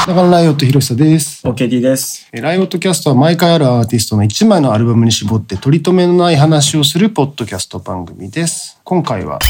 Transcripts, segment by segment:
中野ライオットひろしさです。 OKD です。 ライオットキャストは毎回あるアーティストの1枚のアルバムに絞って取り留めのない話をするポッドキャスト番組です。今回は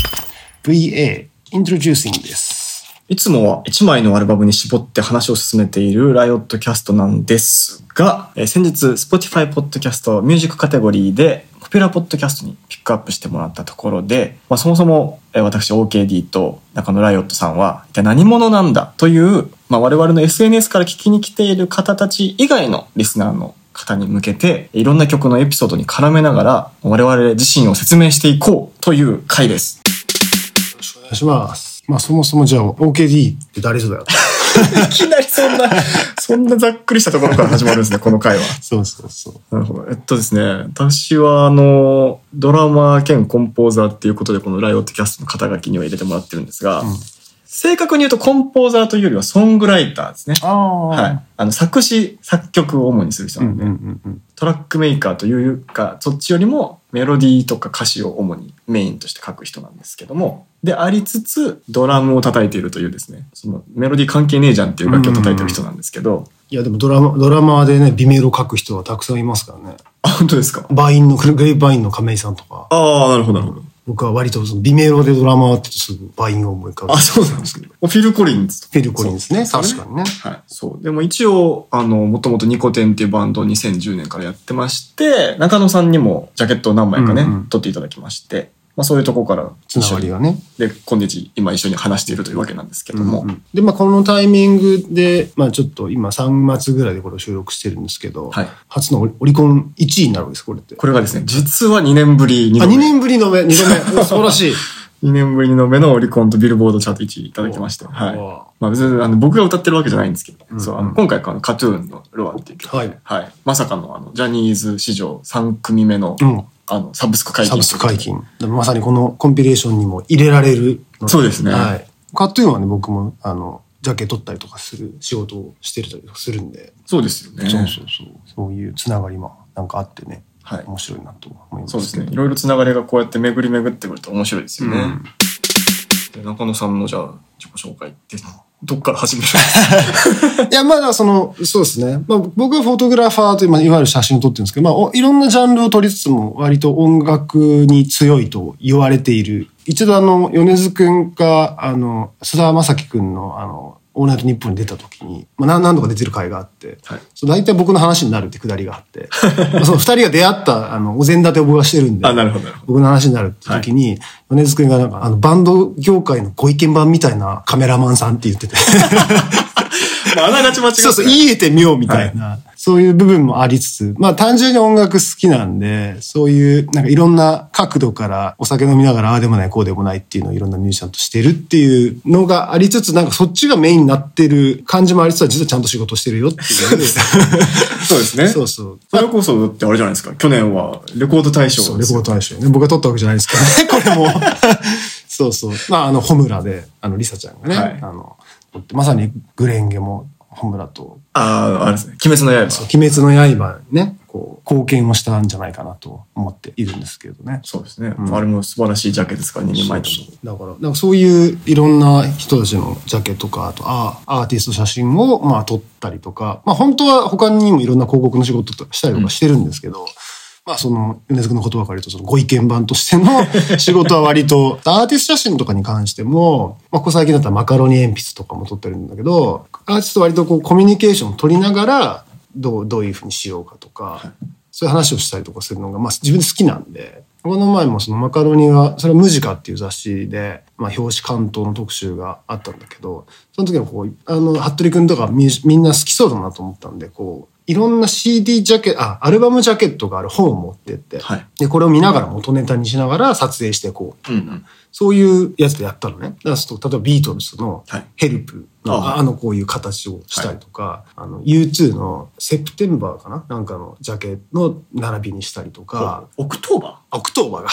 VA Introducing です。 いつもは1枚のアルバムに絞って話を進めているライオットキャストなんですが、先日 Spotify ポッドキャストミュージックカテゴリーでポピュラーポッドキャストにピックアップしてもらったところで、そもそも私 OKD と中野ライオットさんは一体何者なんだという、我々の SNS から聞きに来ている方たち以外のリスナーの方に向けていろんな曲のエピソードに絡めながら我々自身を説明していこうという回です。 よろしくお願いします。そもそもじゃあ OKD って誰ぞだよいきなりそんなざっくりしたところから始まるんですね、この回は。 そう。 なるほど。ですね、私はドラマー兼コンポーザーっていうことでこのライオットキャストの肩書きには入れてもらってるんですが、正確に言うとコンポーザーというよりはソングライターですね。はい。作詞作曲を主にする人なんで、トラックメーカーというかそっちよりもメロディーとか歌詞を主にメインとして書く人なんですけども、でありつつドラムを叩いているというですね、そのメロディー関係ねえじゃんっていう楽器を叩いてる人なんですけど、 いやでもドラマーでね、美メロ書く人はたくさんいますからね。 あ、本当ですか。 グレープバインの亀井さんとか。 ああ、なるほど。 僕は割とその美メロでドラマーってすぐバインを思い浮かべる。 あ、そうなんですけど。フィル・コリンズね。 確かにね。 はい。そう。でも一応、もともとニコテンっていうバンドを2010年からやってまして、中野さんにもジャケットを何枚かね、撮っていただきまして、そういうところからつながりがね。 で、今日今一緒に話しているというわけなんですけども。 で、このタイミングで、ちょっと今3月ぐらいでこれを収録してるんですけど、はい、初のオリコン1位になるわけです、これって。 これがですね、実は2年ぶり 2年ぶりの目、2度目。素晴らしい。 2年ぶりの目のオリコンとビルボードチャート1位いただきまして。はい。別に僕が歌ってるわけじゃないんですけど、今回カトゥーンのロアっていう曲。はい。まさかのジャニーズ史上3組目の、サブスク解禁。 まさにこのコンピレーションにも入れられる。 そうですね。 はい。カトゥーンはね、僕も、ジャケ取ったりとかする仕事をしてたりとかするんで。 そうですよね。 そういうつながりもなんかあってね。はい。面白いなと思います。 そうですね。いろいろつながりがこうやって巡り巡ってくると面白いですよね。で、中野さんのじゃあ自己紹介ってどっから始めるんですか？ いや、そうですね。僕はフォトグラファーという、いわゆる写真を撮ってるんですけど、いろんなジャンルを撮りつつも割と音楽に強いと言われている。一度米津くんが、菅田将暉くんのオールナイトニッポンに出た時に、何度か出てる回があって、はい、大体僕の話になるってくだりがあって、その二人が出会った、お膳立てを僕はしてるんで、 なるほど僕の話になるって時に、米津くんがバンド業界のご意見番みたいなカメラマンさんって言ってて。 あながち間違って。 そう、言えてみようみたいな、そういう部分もありつつ、単純に音楽好きなんで、そういう、いろんな角度からお酒飲みながら、ああでもない、こうでもないっていうのをいろんなミュージシャンとしてるっていうのがありつつ、そっちがメインになってる感じもありつつは、実はちゃんと仕事してるよっていう。 そうですね。そう。それこそ、ってあれじゃないですか。去年はレコード大賞。 そう、レコード大賞ね。僕が撮ったわけじゃないですけどね、これも。そう。ホムラで、リサちゃんがね、まさにグレンゲも、ホムラと。 あれですね。鬼滅の刃。 鬼滅の刃にね、貢献をしたんじゃないかなと思っているんですけどね。 そうですね。あれも素晴らしいジャケですから、2人前とも。だからそういういろんな人たちのジャケとか、あとアーティスト写真を、撮ったりとか、本当は他にもいろんな広告の仕事したりとかしてるんですけど、米津くんの言葉から言うと、ご意見番としての仕事は割と、アーティスト写真とかに関しても、ここ最近だったらマカロニ鉛筆とかも撮ってるんだけど、アーティスト割とコミュニケーションを取りながら、どういうふうにしようかとか、そういう話をしたりとかするのが、自分で好きなんで、この前もそのマカロニは、それはムジカっていう雑誌で、表紙関東の特集があったんだけど、その時は服部くんとかみんな好きそうだなと思ったんで、いろんな CD ジャケアルバムジャケットがある本を持ってって、で、これを見ながら元ネタにしながら撮影してそういうやつでやったのね。だから例えばビートルズのヘルプのこういう形をしたりとか、U2 のセプテンバーかななんかのジャケの並びにしたりとか。 オクトーバーが。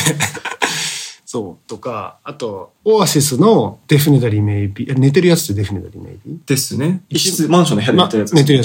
そうとか、あと、オアシスのDefinitely Maybe、寝てるやつってDefinitely Maybe ですね。マンションの部屋で寝てるやつ。 寝てるやつ。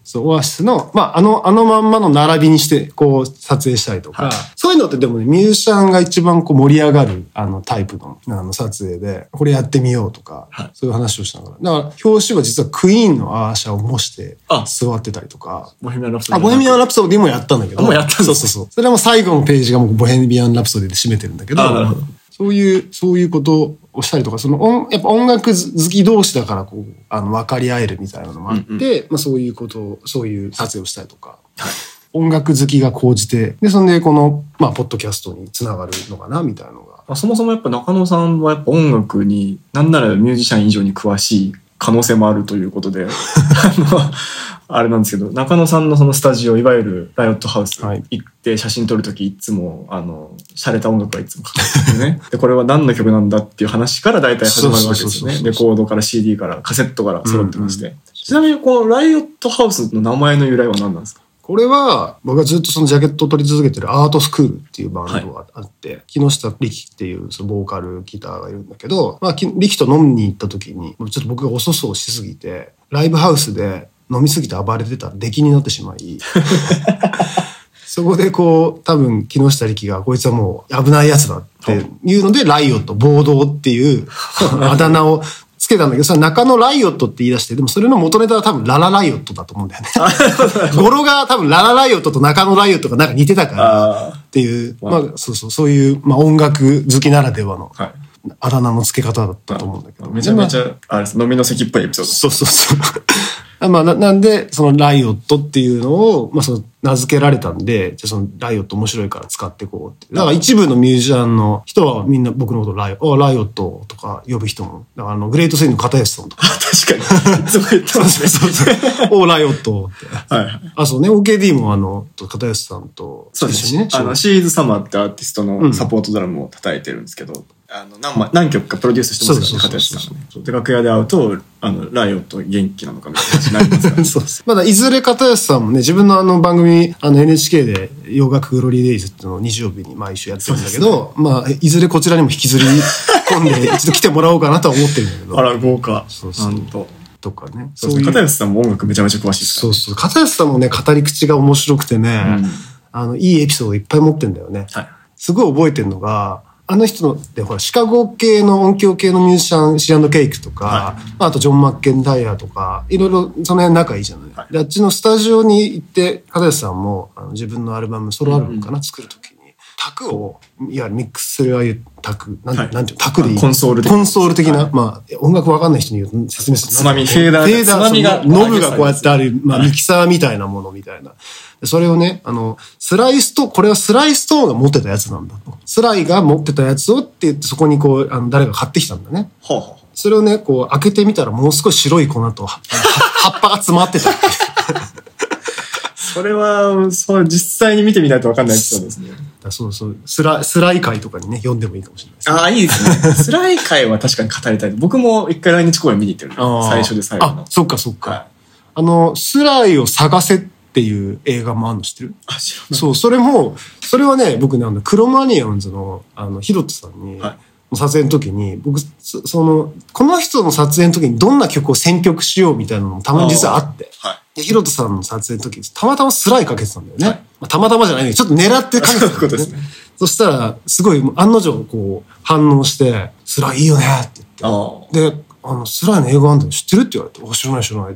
そう、オアシスの、まあ、あのまんまの並びにして、こう、撮影したりとか、はい、そういうのってでもね、ミュージシャンが一番こう盛り上がる、タイプの、撮影で、これやってみようとか、はい、そういう話をしながら。だから、表紙は実はクイーンのアーシャを模して座ってたりとか。 ボヘミアン・ラプソディ。 ボヘミアン・ラプソディもやったんだけど。 もうやったんだ。 そう。それも最後のページがもうボヘミアン・ラプソディで締めてるんだけど、 なるほど。 そういうことをしたりとか、やっぱ音楽好き同士だからこう、分かり合えるみたいなのもあって、まあそういう撮影をしたりとか、はい、音楽好きが高じて、で、そんでこの、まあ、ポッドキャストにつながるのかな、みたいなのが。 そもそもやっぱ中野さんはやっぱ音楽に、なんならミュージシャン以上に詳しい可能性もあるということで、あれなんですけど、中野さんのそのスタジオ、いわゆるライオットハウス行って写真撮るときいつも、洒落た音楽がいつもかかってるね。で、これは何の曲なんだっていう話から大体始まるわけですよね。レコードから CD からカセットから揃ってまして。ちなみにこのライオットハウスの名前の由来は何なんですか？ これは、僕がずっとそのジャケットを撮り続けてるアートスクールっていうバンドがあって、はい、木下力っていうそのボーカルギターがいるんだけど、まあ、力と飲みに行った時に、ちょっと僕がお粗相しすぎて、ライブハウスで飲みすぎて暴れてたら出来になってしまい、そこでこう、多分木下力がこいつはもう危ないやつだっていうので、ライオット、暴動っていうあだ名をつけたんだけど、それ中野ライオットって言い出して、でもそれの元ネタは多分ララライオットだと思うんだよね。語呂が多分ララライオットと中野ライオットがなんか似てたからっていう、まあそういう、まあ音楽好きならではのあだ名の付け方だったと思うんだけど。 めちゃめちゃ、あれ飲みの席っぽいエピソード。 そう。まあなんで、そのライオットっていうのを、まあその名付けられたんで、じゃあそのライオット面白いから使っていこうって。だから一部のミュージシャンの人はみんな僕のことライオットとか呼ぶ人も、だからグレートスインの片吉さんとか。 確かに。そう言ってますね。 そう。ライオットって。はい。あ、そうね、OKD も片吉さんと一緒にね。シーズサマーってアーティストのサポートドラムを叩いてるんですけど、何曲かプロデュースしてますからね、片吉さん。で、楽屋で会うと、ライオット元気なのかみたいな感じになりますからね。 そうです。まだいずれ片吉さんもね、自分の番組、NHK で洋楽グロリーデイズっていうのを日曜日に毎週やってるんだけど、まあ、いずれこちらにも引きずり込んで、一度来てもらおうかなとは思ってるんだけど。 あら、豪華。 そう。とかね。 そう。片吉さんも音楽めちゃめちゃ詳しいですからね。 そう。片吉さんもね、語り口が面白くてね、いいエピソードいっぱい持ってんだよね。はい。すごい覚えてるのが、あの人のでほらシカゴ系の音響系のミュージシャンシ&ケイクとか、はい、あとジョン・マッケンダイヤーとかいろいろその辺仲いいじゃない、はい、であっちのスタジオに行って片吉さんも自分のアルバムソロアルバムかな、作るときにタクをいわゆるミックスするああいうタクなんていうタクでいいコンソール的な、まあ音楽わかんない人に説明するつまみフェーダーノブがこうやってある、まあミキサーみたいなものみたいな。それをね、これはスライストーンが持ってたやつなんだと。スライが持ってたやつをって言ってそこにこう、誰が買ってきたんだね。それをね、こう開けてみたらもう少し白い粉と葉っぱが詰まってたって。 それは、実際に見てみないと分かんないそうですね。 そう。スライ会とかにね、読んでもいいかもしれないです、ね。 ああ、いいですね。スライ会は確かに語りたい。僕も一回来日公演見に行ってる。最初で最後の。 あ、そっか。はい、スライを探せっていう映画もあるの知ってる？ あ、知らない。 そう、それはね、僕ね、クロマニアンズの、ヒロトさんに、撮影の時に、僕、この人の撮影の時にどんな曲を選曲しようみたいなのもたまに実はあって、で、ヒロトさんの撮影の時に、たまたまスライかけてたんだよね。まあ、たまたまじゃないんだけど、ちょっと狙ってかけてたんだよね。ですね。そしたら、すごい、案の定、こう、反応して、スライいいよねって言って。で、スライの映画あんだよ知ってるって言われて、知らないって言って。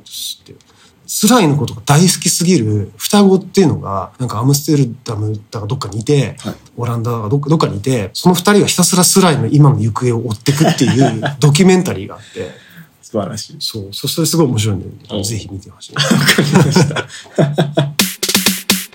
スライのことが大好きすぎる双子っていうのが、なんかアムステルダムだかどっかにいて、オランダだかどっかにいて、その二人がひたすらスライの今の行方を追っていくっていうドキュメンタリーがあって、 素晴らしい。 それすごい面白いんで、ぜひ見てほしい。 わかりました。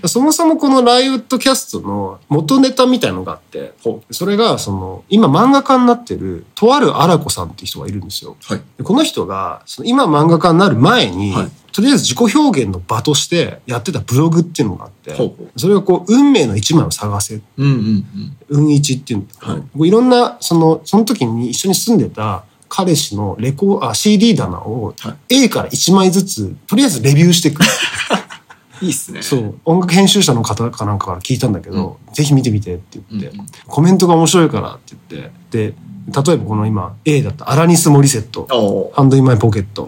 そもそもこのライオットキャストの元ネタみたいのがあって、それが今漫画家になってるとあるアラコさんっていう人がいるんですよ。はい、この人が今漫画家になる前に、とりあえず自己表現の場としてやってたブログっていうのがあって、それがこう運命の一枚を探せ、運一っていうんだけど、いろんなその時に一緒に住んでた彼氏のCD 棚を A から1枚ずつとりあえずレビューしていく。 いいっすね。 そう。音楽編集者の方かなんかから聞いたんだけど、ぜひ見てみてって言って、コメントが面白いからって言って、で、例えばこの今 A だったアラニス・モリセット、ハンド・イン・マイ・ポケット。こ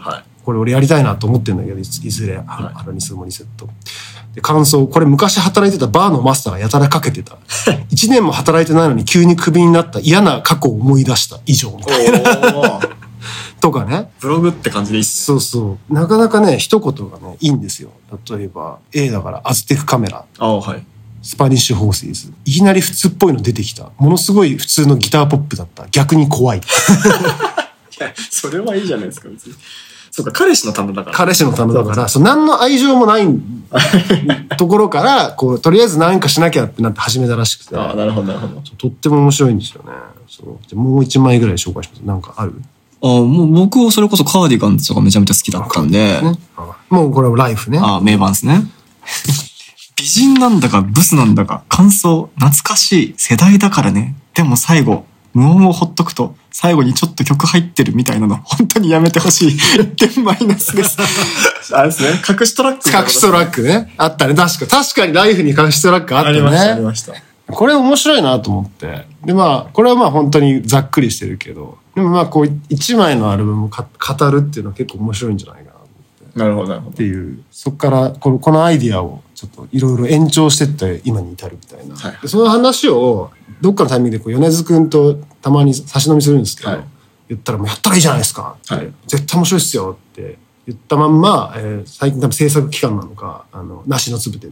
これ俺やりたいなと思ってるんだけど、いずれ、アラニスモリセット。で、感想、これ昔働いてたバーのマスターがやたらかけてた。1年も働いてないのに急にクビになった嫌な過去を思い出した以上みたいな。とかね。 ブログって感じでいいっす。 そうそう。なかなかね、一言がね、いいんですよ。例えば、A だからアズテクカメラ。 はい。 スパニッシュホースイズ。いきなり普通っぽいの出てきた。ものすごい普通のギターポップだった。逆に怖い。 いや、それはいいじゃないですか、別に。そうか、彼氏の棚だから。 彼氏の棚だから、そう、何の愛情もないところから、こう、とりあえず何かしなきゃってなって始めたらしくて。 ああ、なるほど、なるほど。 とっても面白いんですよね。そう。じゃもう1枚ぐらい紹介します。なんかある？ もう僕はそれこそカーディガンズとかめちゃめちゃ好きだったんで。 ね、もうこれはライフね。 名盤ですね。美人なんだかブスなんだか感想懐かしい世代だからね。でも最後無音をほっとくと最後にちょっと曲入ってるみたいなの本当にやめてほしい。1点マイナスです。あれですね。隠しトラック。 隠しトラックね。あったね。確かにライフに隠しトラックあったね。 ありました。 これ面白いなと思って。で、これは本当にざっくりしてるけど、でもこう一枚のアルバムを語るっていうのは結構面白いんじゃないかなと思って。 なるほど、なるほど。 っていう、そこからこのアイディアをちょっといろいろ延長してって今に至るみたいな。はい、でその話をどっかのタイミングで米津くんとたまに差し飲みするんですけど、はい、言ったらもうやったらいいじゃないですかって、はい、絶対面白いっすよって言ったまんま、最近多分制作期間なのか、梨のつぶてて。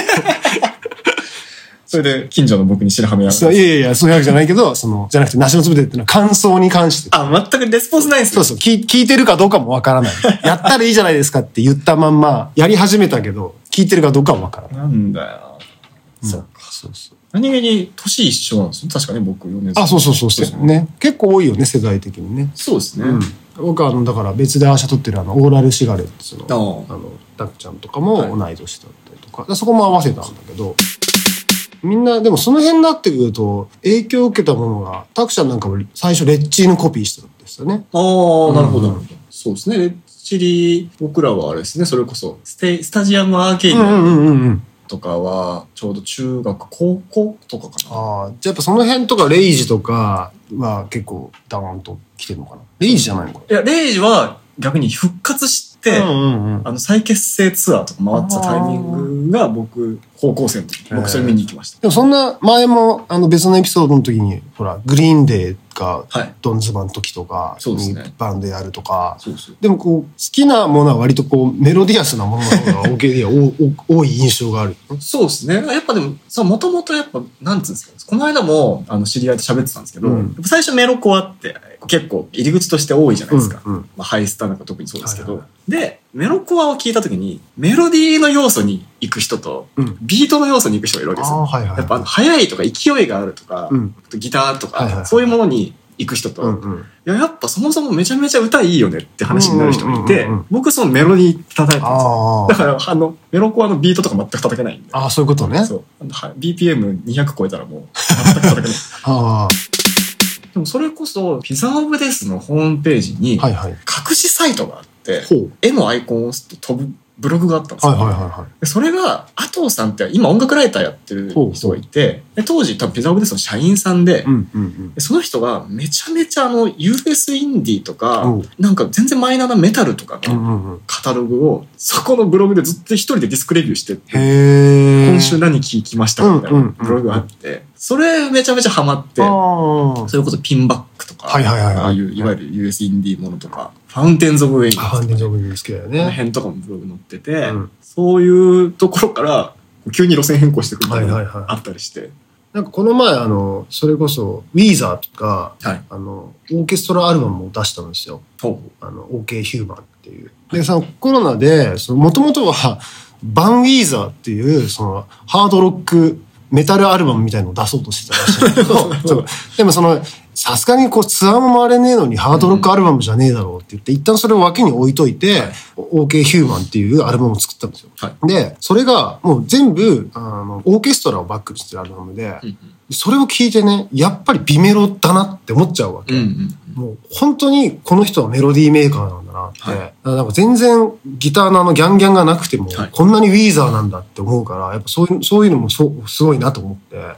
それで近所の僕に白はめやる。 いや、そういうわけじゃないけど、じゃなくて梨のつぶてっていうのは感想に関して。 全くレスポンスないんですよ。 そう、聞いてるかどうかもわからない。やったらいいじゃないですかって言ったまんま、やり始めたけど、聞いてるかどうかはわからない。 なんだよ。そうか。そう。何気に年一緒なんですよ。確かね、僕、米津。 そうね。結構多いよね、世代的にね。 そうですね。 僕はだから別でアーシャ撮ってるオーラルシガレッツの、ダクちゃんとかも同い年だったりとか、そこも合わせたんだけど、みんな、でもその辺になってくると、影響を受けたものが、タクちゃんなんかも最初レッチーのコピーしてたんですよね。 なるほど。そうですね。レッチリ、僕らはあれですね、それこそ、スタジアムアーケーディアとかは、ちょうど中学、高校とかかな。 じゃあやっぱその辺とか、レイジとかは結構ダーンと来てるのかな。レイジじゃないのかな。 いや、レイジは逆に復活して、再結成ツアーとか回ってたタイミングが僕、高校生の時、僕それ見に行きました。 でもそんな前も別のエピソードの時に、ほら、グリーンデーがドンズバの時とか、バンドやるとか、でも好きなものは割とメロディアスなものの方が OK で多い印象がある。 そうですね。やっぱでも、もともとやっぱ、なんつうんですか、この間も知り合いと喋ってたんですけど、最初メロコアって結構入り口として多いじゃないですか。ハイスタなんか特にそうですけど。で、メロコアを聞いた時に、メロディーの要素に行く人と、ビートの要素に行く人がいるわけですよ。やっぱ速いとか勢いがあるとか、ギターとか、そういうものに行く人と、やっぱそもそもめちゃめちゃ歌いいよねって話になる人もいて、僕そのメロディー叩いてるんですよ。だからメロコアのビートとか全く叩けないんで。 そういうことね。 そう。BPM200 超えたらもう全く叩けない。でもそれこそ、ピザオブデスのホームページに、隠しサイトがあって、絵のアイコンを押すと飛ぶブログがあったんですよ。それが、アトーさんって今音楽ライターやってる人がいて、当時多分ピザオブデスの社員さんで、その人がめちゃめちゃUS インディーとか、なんか全然マイナーなメタルとかのカタログを、そこのブログでずっと一人でディスクレビューしてって、今週何聴きましたかみたいなブログがあって、それめちゃめちゃハマって、それこそピンバックとか、ああいういわゆる US インディーものとか、ファウンテンズ・オブ・ウェイン。 ファウンテンズ・オブ・ウェイン好きだよね。 この辺とかもブログ載ってて、そういうところから急に路線変更してくるみたいなのがあったりして。 なんかこの前それこそ、ウィーザーとか、オーケストラアルバムを出したんですよ。OK ヒューマンっていう。で、そのコロナで、もともとは、バン・ウィーザーっていう、ハードロック、メタルアルバムみたいのを出そうとしてたらしいんだけど、でもさすがにツアーも回れねえのにハードロックアルバムじゃねえだろうって言って、一旦それを脇に置いといて、OK ヒューマンっていうアルバムを作ったんですよ。で、それがもう全部、オーケストラをバックにしてるアルバムで、それを聞いてね、やっぱり美メロだなって思っちゃうわけ。もう本当にこの人はメロディーメーカーなんだなって、なんか全然ギターのギャンギャンがなくても、こんなにウィーザーなんだって思うから、やっぱそういうのもすごいなと思って、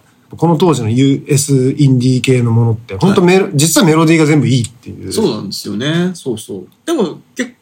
この当時の US インディー系のものって、本当実はメロディーが全部いいっていう。 そうなんですよね。そうそう。でも結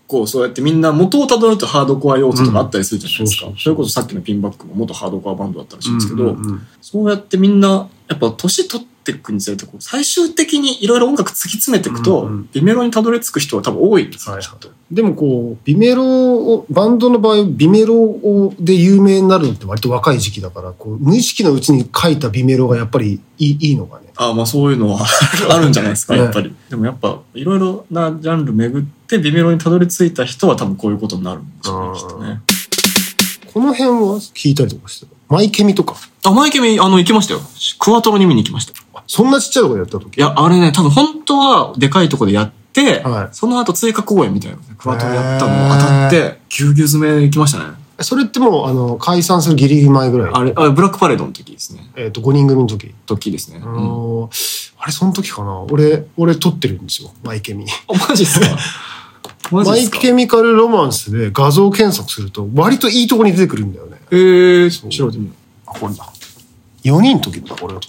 構そうやってみんな元をたどるとハードコア要素とかあったりするじゃないですか。 うん、 それこそさっきのピンバックも元ハードコアバンドだったらしいんですけど、 うんうんうん、 そうやってみんなやっぱ年取っていくにつれて最終的にいろいろ音楽突き詰めていくと、ビメロにたどり着く人は多分多いんですよ、ちょっと。 でもこうビメロをバンドの場合ビメロで有名になるのって割と若い時期だから、こう無意識のうちに書いたビメロがやっぱりいいのかね。 まあそういうのはあるんじゃないですか、やっぱり。でもやっぱいろいろなジャンル巡ってビメロにたどり着いた人は多分こういうことになるんじゃないきっとね。 この辺は聞いたりとかしてた。マイケミとか。 マイケミ行きましたよ。クワトロに見に行きました。 そんなちっちゃいとこでやった時？ いや、あれね、多分本当はでかいとこでやって、 はい、 その後追加公演みたいなクワトロやったのを当たってぎゅうぎゅう詰め行きましたね。それってもう解散するギリギリ前ぐらい？ あれブラックパレードの時ですね。 5人組の時ですね。 あれその時かな。俺撮ってるんですよ、マイケミ。 マジですか？ マイケミカルロマンスで画像検索すると割といいとこに出てくるんだよね。 調べてみる。 これだ。4人の時だ、俺は。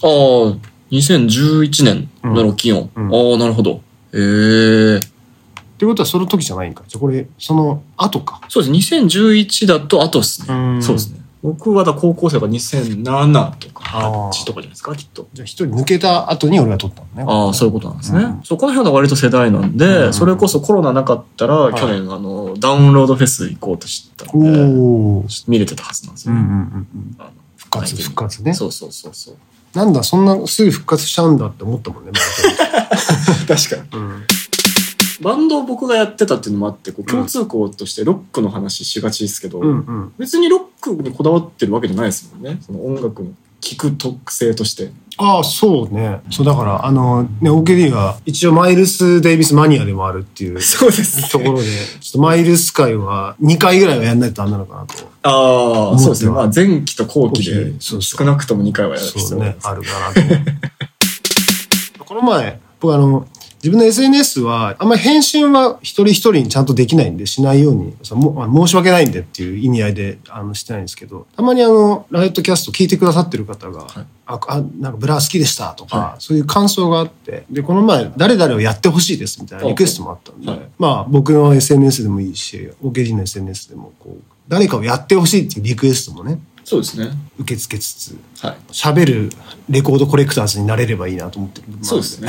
2011年のロキオン。なるほど。 ってことはその時じゃないんか。じゃあこれ、その後か。 そうです。2011だと後ですね。そうですね。僕は高校生が2007とか8とかじゃないですか、きっと。 じゃあ一人抜けた後に俺が撮ったのね。そういうことなんですね。そう、この辺は割と世代なんで、それこそコロナなかったら、去年ダウンロードフェス行こうとしてたんで、見れてたはずなんですよね。 復活ね。 そう。 なんだ、そんなすぐ復活しちゃうんだって思ったもんね。 確かに。バンドを僕がやってたっていうのもあって、共通項としてロックの話しがちですけど、別にロックにこだわってるわけじゃないですもんね。その音楽の聴く特性として。 そうね。そう、だから、OKD が一応マイルス・デイビスマニアでもあるっていうそうですところで、ちょっとマイルス会は2回ぐらいはやんないとダメなのかなと。 そうですね。まあ前期と後期で少なくとも2回はやる必要ね、あるかなと。この前、僕自分の SNS は、あんまり返信は一人一人にちゃんとできないんで、しないように、申し訳ないんでっていう意味合いで、してないんですけど、たまにライオットキャスト聞いてくださってる方が、なんかブラ好きでしたとか、そういう感想があって、で、この前、誰々をやってほしいですみたいなリクエストもあったんで、まあ、僕の SNS でもいいし、OKG の SNS でも、誰かをやってほしいっていうリクエストもね、 そうですね。 受け付けつつ、喋るレコードコレクターズになれればいいなと思ってる。 そうですね。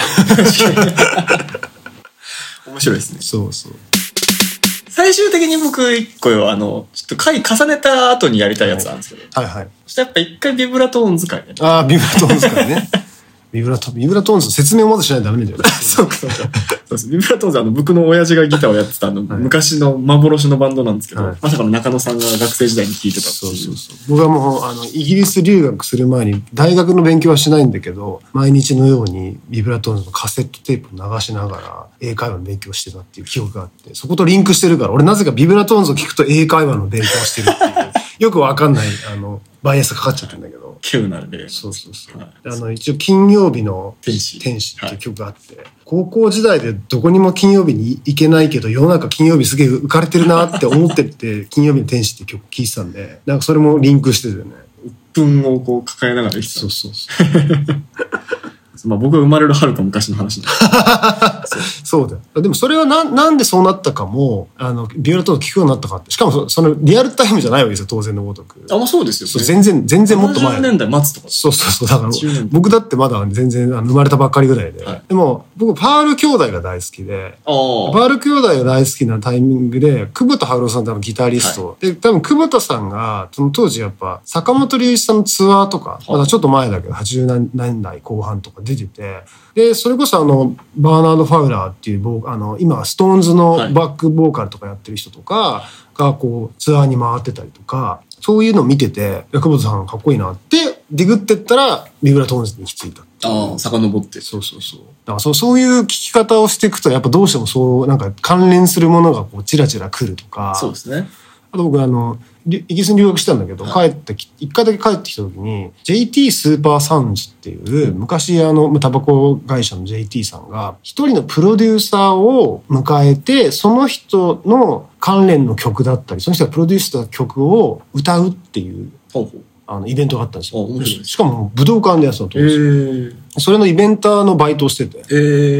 面白いですね。 そう。 最終的に僕一個ちょっと回重ねた後にやりたいやつなんですけど。 そしたらやっぱ一回ビブラトーン使いね。 ビブラトーン使いね。ビブラトーンの説明をまずしないとダメなんだよね。 そうです。ビブラトーンズ僕の親父がギターをやってた昔の幻のバンドなんですけど、まさかの中野さんが学生時代に聴いてたっていう。そう。 僕はもうイギリス留学する前に大学の勉強はしないんだけど、毎日のようにビブラトーンズのカセットテープを流しながら英会話の勉強してたっていう記憶があって、そことリンクしてるから、俺なぜかビブラトーンズを聞くと英会話の勉強をしてるっていう、よくわかんないバイアスがかかっちゃってるんだけど。 稀有なるね。 そう。一応金曜日の天使っていう曲があって、高校時代でどこにも金曜日に行けないけど、世の中金曜日すげえ浮かれてるなって思ってて、金曜日の天使って曲聴いてたんで、なんかそれもリンクしててね。 鬱憤を抱えながら生きてた。 そう。 まあ僕が生まれるはるか昔の話そうだよ。でもそれはなんでそうなったかも、ビオラトーン聞くようになったかって。しかもそのリアルタイムじゃないわけですよ、当然のごとく。 まあそうですよね。 全然もっと前。 70年代末とか。 そう。だから僕だってまだ全然生まれたばっかりぐらいで。でも僕パール兄弟が大好きで、パール兄弟が大好きなタイミングで、久保田春夫さんってギタリスト。で、多分久保田さんが、その当時やっぱ坂本龍一さんのツアーとか、まだちょっと前だけど、80年代後半とか出てて、で、それこそバーナード・ファウラーっていう、今、ストーンズのバックボーカルとかやってる人とかが、ツアーに回ってたりとか、そういうのを見てて、久保田さんかっこいいなって、ディグってったら、ビブラトーンズに行き着いた。 遡って。 そう。だからそういう聞き方をしていくと、やっぱどうしてもそう、なんか関連するものがチラチラ来るとか。 そうですね。 あと僕イギリスに留学したんだけど、一回だけ帰ってきた時に、JT スーパーサウンズっていう、昔タバコ会社の JT さんが、一人のプロデューサーを迎えて、その人の関連の曲だったり、その人がプロデュースした曲を歌うっていう、イベントがあったんですよ。しかも武道館でやつの当時。それのイベンターのバイトをしてて。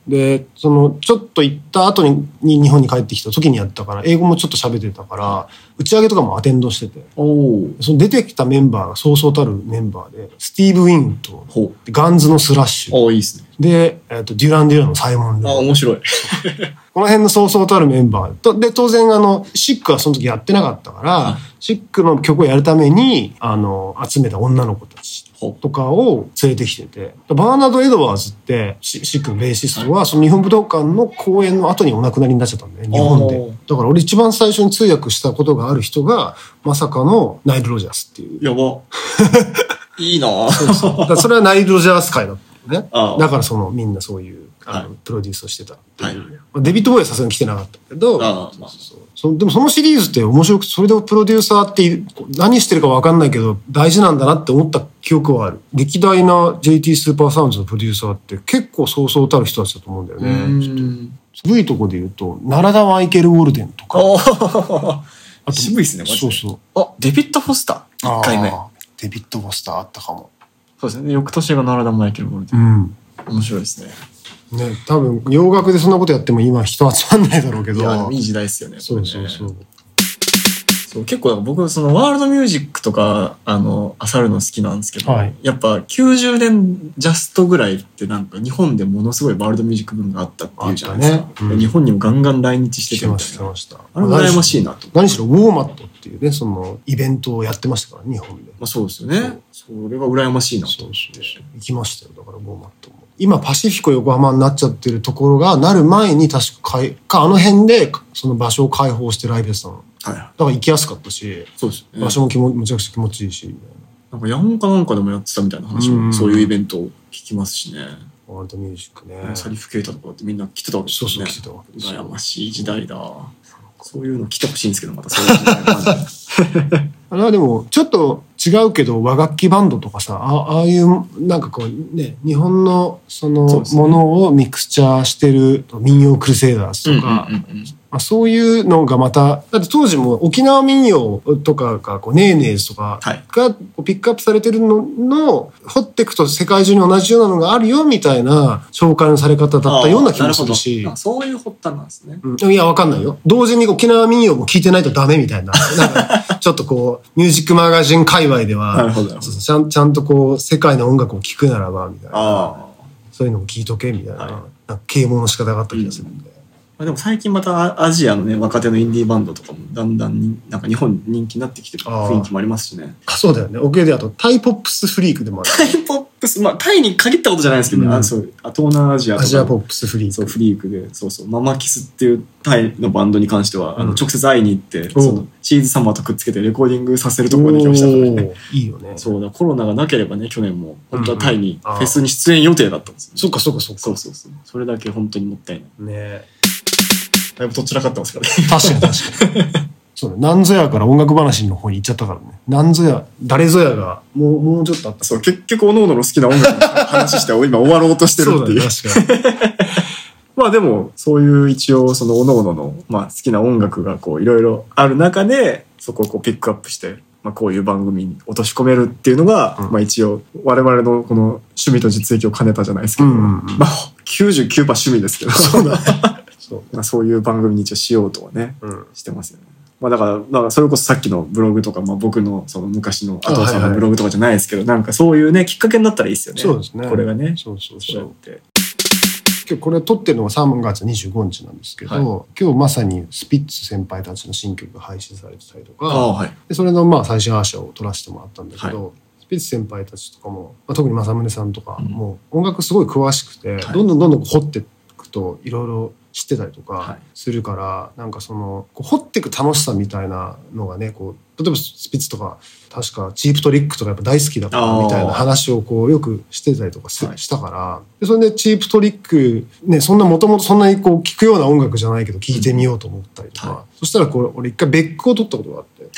で、ちょっと行った後に日本に帰ってきた時にやったから、英語もちょっと喋ってたから、打ち上げとかもアテンドしてて。その出てきたメンバーがそうそうたるメンバーで、スティーブ・ウィンと、ガンズのスラッシュ。 いいっすね。 で、デュラン・デュランのサイモン・ルー。 面白い。 この辺のそうそうたるメンバーと、で、当然シックはその時やってなかったから、シックの曲をやるために、集めた女の子たちとかを連れてきてて、バーナード・エドワーズって、シックのベーシストは、その日本武道館の公演の後にお亡くなりになっちゃったんだよね、日本で。だから俺一番最初に通訳したことがある人が、まさかのナイル・ロジャースっていう。 やば。いいなそうそれはナイル・ロジャース会だったね。だからみんなそういう、プロデュースをしてたっていう。デビッド・ボーイはさすがに来てなかったけど、でもそのシリーズって面白くて、それでプロデューサーって何してるか分かんないけど大事なんだなって思った記憶はある。歴代な JT スーパーサウンズのプロデューサーって結構そうそうたる人たちだと思うんだよね。渋いとこで言うと、奈良田マイケル・ウォルデンとか。 あと渋いっすね、マジで。 そうそう。 デビッド・フォスター。1回目。 デビッド・フォスターあったかも。 そうですね。翌年が奈良田マイケル・ウォルデン。面白いですね。 ね、多分洋楽でそんなことやっても今人集まんないだろうけど。 いや、いい時代ですよね。 そうそうそう。 結構僕ワールドミュージックとか漁るの好きなんですけど、やっぱ90年ジャストぐらいってなんか日本でものすごいワールドミュージックブームがあったっていうじゃないですか。日本にもガンガン来日しててみたいな。あれ羨ましいなと。 何しろウォーマットっていうね、そのイベントをやってましたから日本で。 そうですよね。それが羨ましいなと。 行きましたよ。だからウォーマットも。今パシフィコ横浜になっちゃってるところがなる前に確かあの辺でその場所を開放してライブやってたの。だから行きやすかったし、 そうですね、 場所もむちゃくちゃ気持ちいいし、 なんかヤンかなんかでもやってたみたいな話も、そういうイベントを聞きますしね。 ワールドミュージックね。 サリフケータとかってみんな来てたわけですね。 そう来てたわけです。 羨ましい時代だ。そういうの来てほしいんですけど、またそういう時代が。 あれはでもちょっと違うけど和楽器バンドとかさ、ああいうなんかこうね、日本のそのものをミクスチャーしてる民謡クルセイダーズとか、そういうのがまた、だって当時も沖縄民謡とかがこうネーネーズとかがピックアップされてるの掘っていくと世界中に同じようなのがあるよみたいな紹介のされ方だったような気もするし、 そういう発端なんですね。 いやわかんないよ。同時に沖縄民謡も聞いてないとダメみたいな、なんかちょっとこうミュージックマガジン界隈ではちゃんとこう世界の音楽を聴くならばみたいな、そういうのも聞いとけみたいな、なんか啓蒙の仕方があった気がするんで。 でも最近またアジアのね、若手のインディーバンドとかもだんだんなんか日本人気になってきてる雰囲気もありますしね。 そうだよね。OKで、あとタイポップスフリークでもある。 タイポップス、タイに限ったことじゃないですけどね。そう、東南アジアとか。 アジアポップスフリーク。 そう、フリークで、そう、ママキスっていうタイのバンドに関しては、直接会いに行って、そのチーズサマーとくっつけてレコーディングさせるところまで来ましたからね。いいよね。 そうだ、コロナがなければね、去年も本当はタイにフェスに出演予定だったんですよ。 そうか。そう。 それだけ本当にもったいない。 ね。 だいぶとっちらかってますからね。 確かに。そうだ、なんぞやから音楽話の方に行っちゃったからね。なんぞや、誰ぞやがもうちょっとあった。 そう、結局各々の好きな音楽の話して今終わろうとしてるっていう。 そうだね、確かに。 まあでも、そういう一応その各々の好きな音楽がこういろいろある中で、そこをこうピックアップして、こういう番組に落とし込めるっていうのが、一応我々のこの趣味と実益を兼ねたじゃないですけど、99% 趣味ですけど。そうだね。そういう番組に一応しようとはね、してますよね。だからそれこそさっきのブログとか、僕のその昔の阿藤さんのブログとかじゃないですけど、なんかそういうねきっかけになったらいいですよね。 そうですね。 これがね。 そう。今日これ撮ってるのが3月25日なんですけど、今日まさにスピッツ先輩たちの新曲が配信されてたりとか、でそれの最新アーシャを撮らせてもらったんだけど、スピッツ先輩たちとかも、特に政宗さんとかも音楽すごい詳しくて、どんどん掘っていくといろいろ知ってたりとかするから、なんかその掘っていく楽しさみたいなのがね、こう例えばスピッツとか確かチープトリックとかやっぱ大好きだからみたいな話をこうよくしてたりとかしたから、でそれでチープトリックね、そんなもともとそんなにこう聞くような音楽じゃないけど聞いてみようと思ったりとか、そしたらこれ俺一回ベックを取ったことがあって、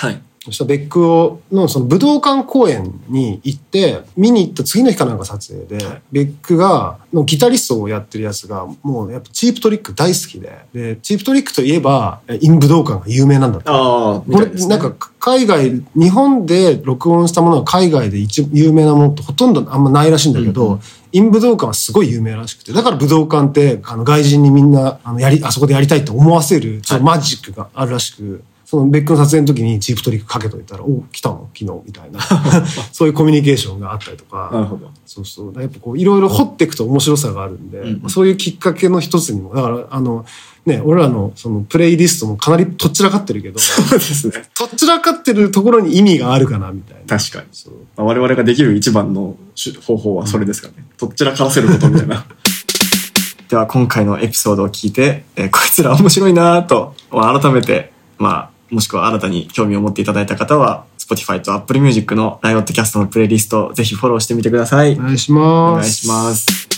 そしたらベックのその武道館公演に行って見に行った次の日かなんか撮影で、ベックのギタリストをやってるやつがもうやっぱチープトリック大好きで、チープトリックといえば武道館が有名なんだって。これなんか日本で録音したものは海外で有名なものってほとんどあんまないらしいんだけど、武道館はすごい有名らしくて、だから武道館って外人にみんなあそこでやりたいと思わせるちょっとマジックがあるらしく、そのベックの撮影の時にチープトリックかけといたら、来たの昨日みたいなそういうコミュニケーションがあったりとか。 なるほど。 そうそう。やっぱいろいろ掘っていくと面白さがあるんで、そういうきっかけの一つにも、だからね、俺らのそのプレイリストもかなりとっちらかってるけど、 そうですね。 とっちらかってるところに意味があるかなみたいな。 確かに。我々ができる一番の方法はそれですからね。とっちらからせることみたいな。では今回のエピソードを聞いて、こいつら面白いなと、改めて、もしくは新たに興味を持っていただいた方は、Spotify と Apple Music のライオットキャストのプレイリストをぜひフォローしてみてください。 お願いします。 お願いします。